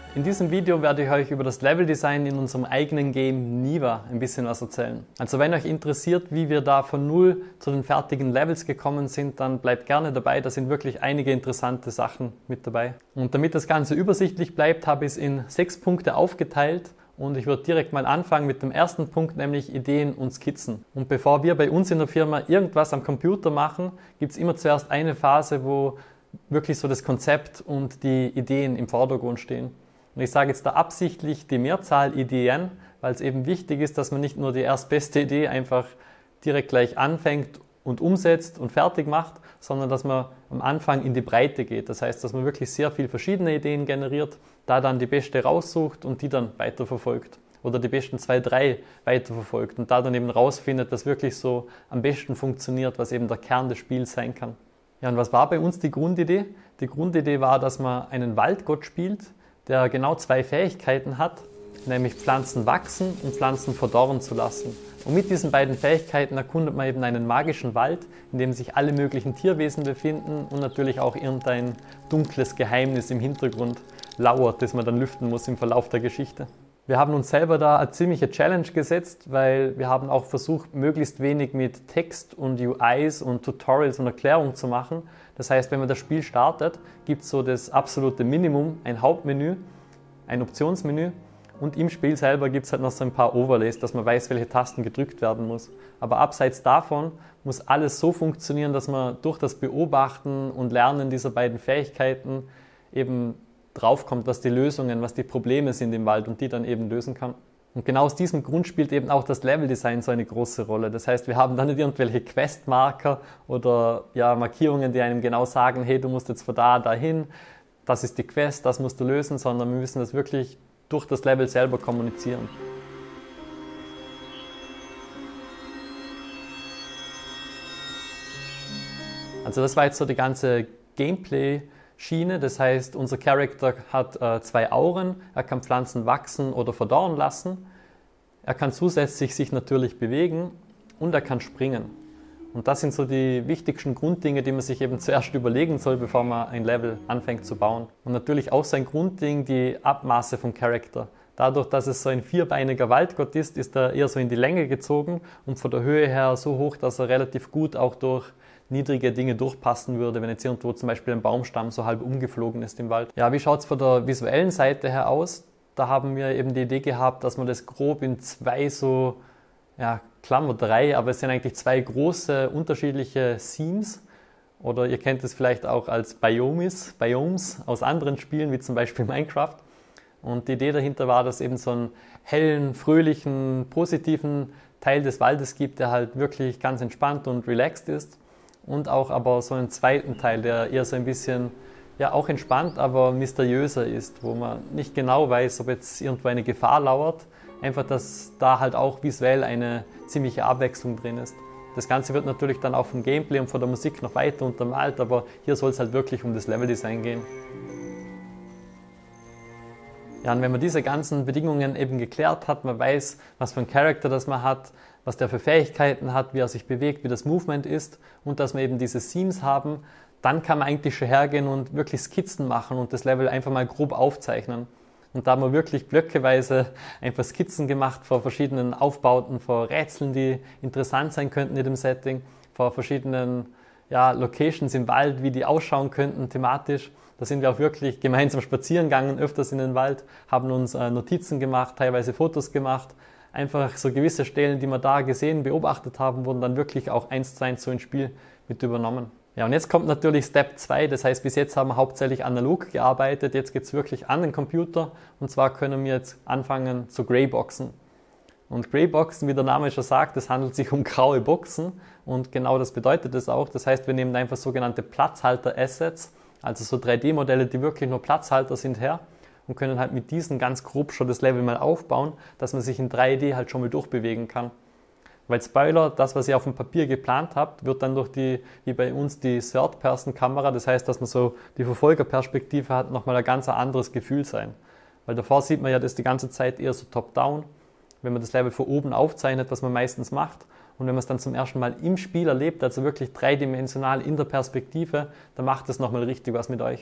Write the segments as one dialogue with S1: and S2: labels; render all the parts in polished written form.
S1: In diesem Video werde ich euch über das Leveldesign in unserem eigenen Game Niva ein bisschen was erzählen. Also wenn euch interessiert, wie wir da von null zu den fertigen Levels gekommen sind, dann bleibt gerne dabei, da sind wirklich einige interessante Sachen mit dabei. Und damit das Ganze übersichtlich bleibt, habe ich es in 6 Punkte aufgeteilt. Und ich würde direkt mal anfangen mit dem ersten Punkt, nämlich Ideen und Skizzen. Und bevor wir bei uns in der Firma irgendwas am Computer machen, gibt es immer zuerst eine Phase, wo wirklich so das Konzept und die Ideen im Vordergrund stehen. Und ich sage jetzt da absichtlich die Mehrzahl Ideen, weil es eben wichtig ist, dass man nicht nur die erstbeste Idee einfach direkt gleich anfängt und umsetzt und fertig macht, sondern dass man am Anfang in die Breite geht. Das heißt, dass man wirklich sehr viel verschiedene Ideen generiert, da dann die beste raussucht und die dann weiterverfolgt. Oder die besten 2, 3 weiterverfolgt und da dann eben rausfindet, dass wirklich so am besten funktioniert, was eben der Kern des Spiels sein kann. Ja, und was war bei uns die Grundidee? Die Grundidee war, dass man einen Waldgott spielt, der genau 2 Fähigkeiten hat, nämlich Pflanzen wachsen und Pflanzen verdorren zu lassen. Und mit diesen beiden Fähigkeiten erkundet man eben einen magischen Wald, in dem sich alle möglichen Tierwesen befinden und natürlich auch irgendein dunkles Geheimnis im Hintergrund lauert, das man dann lüften muss im Verlauf der Geschichte. Wir haben uns selber da eine ziemliche Challenge gesetzt, weil wir haben auch versucht, möglichst wenig mit Text und UIs und Tutorials und Erklärungen zu machen. Das heißt, wenn man das Spiel startet, gibt es so das absolute Minimum, ein Hauptmenü, ein Optionsmenü und im Spiel selber gibt es halt noch so ein paar Overlays, dass man weiß, welche Tasten gedrückt werden muss. Aber abseits davon muss alles so funktionieren, dass man durch das Beobachten und Lernen dieser beiden Fähigkeiten eben draufkommt, was die Lösungen, was die Probleme sind im Wald und die dann eben lösen kann. Und genau aus diesem Grund spielt eben auch das Leveldesign so eine große Rolle. Das heißt, wir haben da nicht irgendwelche Questmarker oder Markierungen, die einem genau sagen, hey, du musst jetzt von da dahin, das ist die Quest, das musst du lösen, sondern wir müssen das wirklich durch das Level selber kommunizieren. Also das war jetzt so die ganze Gameplay-Schiene, das heißt, unser Charakter hat 2 Auren, er kann Pflanzen wachsen oder verdorren lassen, er kann zusätzlich sich natürlich bewegen und er kann springen. Und das sind so die wichtigsten Grunddinge, die man sich eben zuerst überlegen soll, bevor man ein Level anfängt zu bauen. Und natürlich auch so ein Grundding, die Abmaße vom Charakter. Dadurch, dass es so ein 4-beiniger Waldgott ist, ist er eher so in die Länge gezogen und von der Höhe her so hoch, dass er relativ gut auch durch niedrige Dinge durchpassen würde, wenn jetzt irgendwo zum Beispiel ein Baumstamm so halb umgeflogen ist im Wald. Ja, wie schaut es von der visuellen Seite her aus? Da haben wir eben die Idee gehabt, dass man das grob in 2 so, Klammer 3, aber es sind eigentlich 2 große unterschiedliche Themes. Oder ihr kennt es vielleicht auch als Biomes aus anderen Spielen, wie zum Beispiel Minecraft. Und die Idee dahinter war, dass es eben so einen hellen, fröhlichen, positiven Teil des Waldes gibt, der halt wirklich ganz entspannt und relaxed ist. Und auch aber so einen zweiten Teil, der eher so ein bisschen, auch entspannt, aber mysteriöser ist, wo man nicht genau weiß, ob jetzt irgendwo eine Gefahr lauert. Einfach, dass da halt auch visuell eine ziemliche Abwechslung drin ist. Das Ganze wird natürlich dann auch vom Gameplay und von der Musik noch weiter untermalt, aber hier soll es halt wirklich um das Leveldesign gehen. Ja, und wenn man diese ganzen Bedingungen eben geklärt hat, man weiß, was für ein Charakter das man hat, was der für Fähigkeiten hat, wie er sich bewegt, wie das Movement ist und dass wir eben diese Themes haben, dann kann man eigentlich schon hergehen und wirklich Skizzen machen und das Level einfach mal grob aufzeichnen. Und da haben wir wirklich blöckeweise einfach Skizzen gemacht vor verschiedenen Aufbauten, vor Rätseln, die interessant sein könnten in dem Setting, vor verschiedenen Locations im Wald, wie die ausschauen könnten thematisch. Da sind wir auch wirklich gemeinsam spazieren gegangen, öfters in den Wald, haben uns Notizen gemacht, teilweise Fotos gemacht. Einfach so gewisse Stellen, die wir da gesehen, beobachtet haben, wurden dann wirklich auch 1:1 so ins Spiel mit übernommen. Ja, und jetzt kommt natürlich Step 2, das heißt, bis jetzt haben wir hauptsächlich analog gearbeitet, jetzt geht es wirklich an den Computer und zwar können wir jetzt anfangen zu Greyboxen. Und Greyboxen, wie der Name schon sagt, es handelt sich um graue Boxen und genau das bedeutet es auch. Das heißt, wir nehmen einfach sogenannte Platzhalter-Assets, also so 3D-Modelle, die wirklich nur Platzhalter sind, her und können halt mit diesen ganz grob schon das Level mal aufbauen, dass man sich in 3D halt schon mal durchbewegen kann. Weil Spoiler, das, was ihr auf dem Papier geplant habt, wird dann durch wie bei uns, die Third-Person-Kamera, das heißt, dass man so die Verfolgerperspektive hat, nochmal ein ganz anderes Gefühl sein. Weil davor sieht man ja das die ganze Zeit eher so top-down, wenn man das Level von oben aufzeichnet, was man meistens macht. Und wenn man es dann zum ersten Mal im Spiel erlebt, also wirklich dreidimensional in der Perspektive, dann macht das nochmal richtig was mit euch.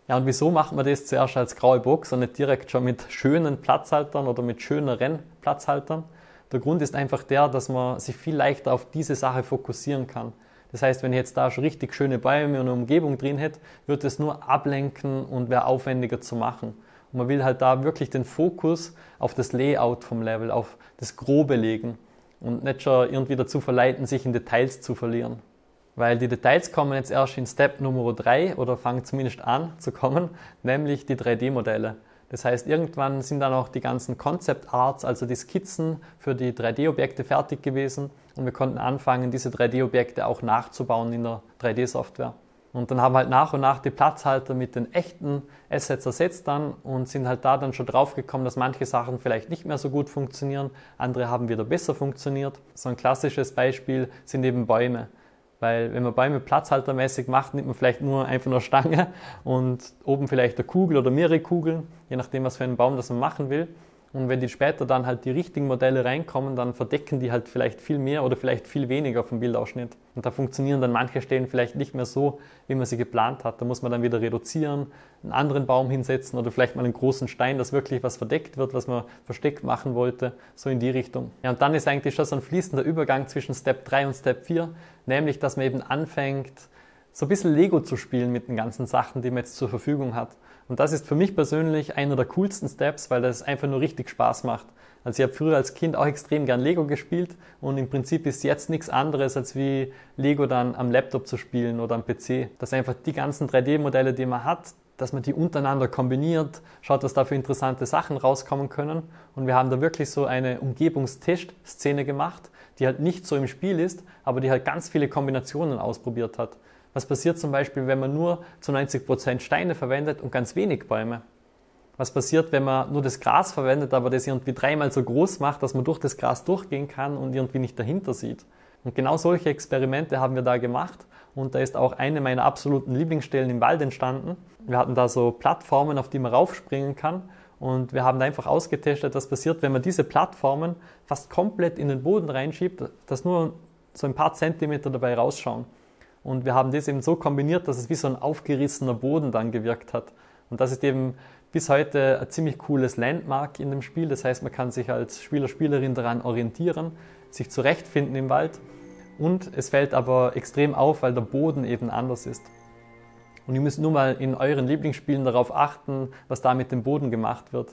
S1: Ja, und wieso macht man das zuerst als graue Box und nicht direkt schon mit schönen Platzhaltern oder mit schöneren Platzhaltern? Der Grund ist einfach der, dass man sich viel leichter auf diese Sache fokussieren kann. Das heißt, wenn ich jetzt da schon richtig schöne Bäume und eine Umgebung drin hätte, wird es nur ablenken und wäre aufwendiger zu machen. Und man will halt da wirklich den Fokus auf das Layout vom Level, auf das Grobe legen und nicht schon irgendwie dazu verleiten, sich in Details zu verlieren. Weil die Details kommen jetzt erst in Step Nummer 3 oder fangen zumindest an zu kommen, nämlich die 3D-Modelle. Das heißt, irgendwann sind dann auch die ganzen Concept Arts, also die Skizzen für die 3D-Objekte fertig gewesen und wir konnten anfangen, diese 3D-Objekte auch nachzubauen in der 3D-Software. Und dann haben wir halt nach und nach die Platzhalter mit den echten Assets ersetzt dann und sind halt da dann schon drauf gekommen, dass manche Sachen vielleicht nicht mehr so gut funktionieren, andere haben wieder besser funktioniert. So ein klassisches Beispiel sind eben Bäume. Weil wenn man Bäume platzhaltermäßig macht, nimmt man vielleicht nur einfach eine Stange und oben vielleicht eine Kugel oder mehrere Kugeln, je nachdem, was für einen Baum das man machen will. Und wenn die später dann halt die richtigen Modelle reinkommen, dann verdecken die halt vielleicht viel mehr oder vielleicht viel weniger vom Bildausschnitt. Und da funktionieren dann manche Stellen vielleicht nicht mehr so, wie man sie geplant hat. Da muss man dann wieder reduzieren, einen anderen Baum hinsetzen oder vielleicht mal einen großen Stein, dass wirklich was verdeckt wird, was man versteckt machen wollte, so in die Richtung. Ja, und dann ist eigentlich schon so ein fließender Übergang zwischen Step 3 und Step 4, nämlich, dass man eben anfängt, so ein bisschen Lego zu spielen mit den ganzen Sachen, die man jetzt zur Verfügung hat. Und das ist für mich persönlich einer der coolsten Steps, weil das einfach nur richtig Spaß macht. Also ich habe früher als Kind auch extrem gern Lego gespielt und im Prinzip ist jetzt nichts anderes, als wie Lego dann am Laptop zu spielen oder am PC. Dass einfach die ganzen 3D-Modelle, die man hat, dass man die untereinander kombiniert, schaut, dass da für interessante Sachen rauskommen können. Und wir haben da wirklich so eine Umgebungstest-Szene gemacht, die halt nicht so im Spiel ist, aber die halt ganz viele Kombinationen ausprobiert hat. Was passiert zum Beispiel, wenn man nur zu 90% Steine verwendet und ganz wenig Bäume? Was passiert, wenn man nur das Gras verwendet, aber das irgendwie 3-mal so groß macht, dass man durch das Gras durchgehen kann und irgendwie nicht dahinter sieht? Und genau solche Experimente haben wir da gemacht und da ist auch eine meiner absoluten Lieblingsstellen im Wald entstanden. Wir hatten da so Plattformen, auf die man raufspringen kann und wir haben da einfach ausgetestet, was passiert, wenn man diese Plattformen fast komplett in den Boden reinschiebt, dass nur so ein paar Zentimeter dabei rausschauen. Und wir haben das eben so kombiniert, dass es wie so ein aufgerissener Boden dann gewirkt hat. Und das ist eben bis heute ein ziemlich cooles Landmark in dem Spiel. Das heißt, man kann sich als Spieler, Spielerin daran orientieren, sich zurechtfinden im Wald. Und es fällt aber extrem auf, weil der Boden eben anders ist. Und ihr müsst nur mal in euren Lieblingsspielen darauf achten, was da mit dem Boden gemacht wird.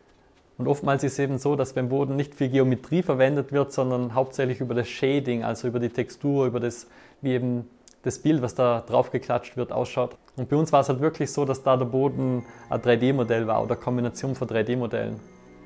S1: Und oftmals ist es eben so, dass beim Boden nicht viel Geometrie verwendet wird, sondern hauptsächlich über das Shading, also über die Textur, über das, wie eben das Bild, was da drauf geklatscht wird, ausschaut. Und bei uns war es halt wirklich so, dass da der Boden ein 3D-Modell war oder eine Kombination von 3D-Modellen.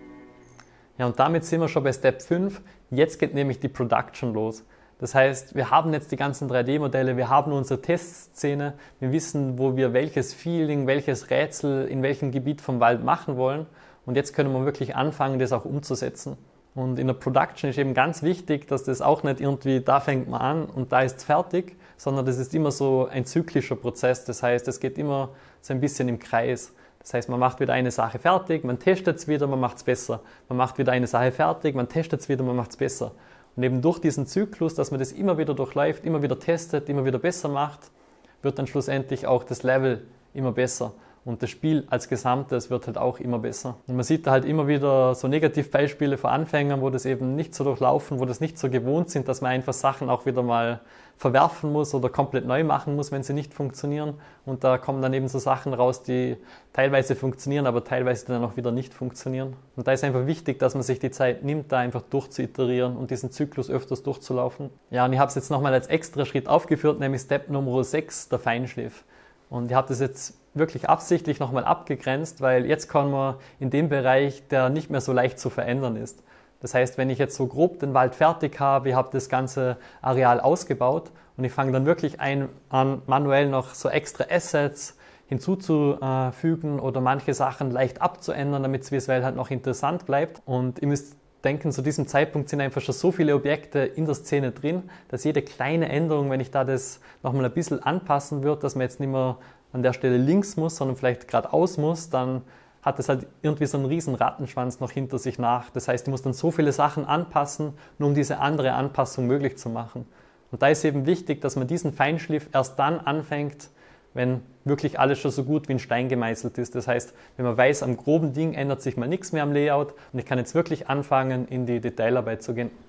S1: Ja, und damit sind wir schon bei Step 5. Jetzt geht nämlich die Production los. Das heißt, wir haben jetzt die ganzen 3D-Modelle, wir haben unsere Testszene, wir wissen, wo wir welches Feeling, welches Rätsel in welchem Gebiet vom Wald machen wollen. Und jetzt können wir wirklich anfangen, das auch umzusetzen. Und in der Production ist eben ganz wichtig, dass das auch nicht irgendwie, da fängt man an und da ist es fertig, sondern das ist immer so ein zyklischer Prozess. Das heißt, es geht immer so ein bisschen im Kreis. Das heißt, man macht wieder eine Sache fertig, man testet es wieder, man macht es besser. Man macht wieder eine Sache fertig, man testet es wieder, man macht es besser. Und eben durch diesen Zyklus, dass man das immer wieder durchläuft, immer wieder testet, immer wieder besser macht, wird dann schlussendlich auch das Level immer besser. Und das Spiel als Gesamtes wird halt auch immer besser. Und man sieht da halt immer wieder so Negativbeispiele von Anfängern, wo das eben nicht so durchlaufen, wo das nicht so gewohnt sind, dass man einfach Sachen auch wieder mal verwerfen muss oder komplett neu machen muss, wenn sie nicht funktionieren. Und da kommen dann eben so Sachen raus, die teilweise funktionieren, aber teilweise dann auch wieder nicht funktionieren. Und da ist einfach wichtig, dass man sich die Zeit nimmt, da einfach durchzuiterieren und diesen Zyklus öfters durchzulaufen. Ja, und ich habe es jetzt nochmal als extra Schritt aufgeführt, nämlich Step Nummer 6, der Feinschliff. Und ich habe das jetzt wirklich absichtlich nochmal abgegrenzt, weil jetzt kommen wir in den Bereich, der nicht mehr so leicht zu verändern ist. Das heißt, wenn ich jetzt so grob den Wald fertig habe, ich habe das ganze Areal ausgebaut und ich fange dann wirklich an, manuell noch so extra Assets hinzuzufügen oder manche Sachen leicht abzuändern, damit es visuell halt noch interessant bleibt. Und ihr müsst denken, zu diesem Zeitpunkt sind einfach schon so viele Objekte in der Szene drin, dass jede kleine Änderung, wenn ich da das nochmal ein bisschen anpassen würde, dass man jetzt nicht mehr an der Stelle links muss, sondern vielleicht geradeaus muss, dann hat es halt irgendwie so einen riesen Rattenschwanz noch hinter sich nach. Das heißt, ich muss dann so viele Sachen anpassen, nur um diese andere Anpassung möglich zu machen. Und da ist eben wichtig, dass man diesen Feinschliff erst dann anfängt, wenn wirklich alles schon so gut wie in Stein gemeißelt ist. Das heißt, wenn man weiß, am groben Ding ändert sich mal nichts mehr am Layout und ich kann jetzt wirklich anfangen, in die Detailarbeit zu gehen.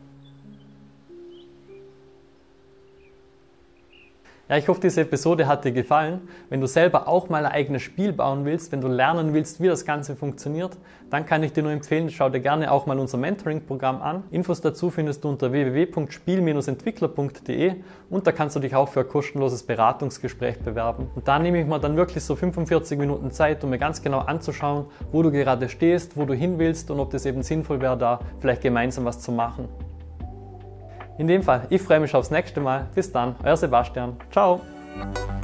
S1: Ja, ich hoffe, diese Episode hat dir gefallen. Wenn du selber auch mal ein eigenes Spiel bauen willst, wenn du lernen willst, wie das Ganze funktioniert, dann kann ich dir nur empfehlen, schau dir gerne auch mal unser Mentoring-Programm an. Infos dazu findest du unter www.spiel-entwickler.de und da kannst du dich auch für ein kostenloses Beratungsgespräch bewerben. Und da nehme ich mir dann wirklich so 45 Minuten Zeit, um mir ganz genau anzuschauen, wo du gerade stehst, wo du hin willst und ob das eben sinnvoll wäre, da vielleicht gemeinsam was zu machen. In dem Fall, ich freue mich aufs nächste Mal. Bis dann, euer Sebastian. Ciao!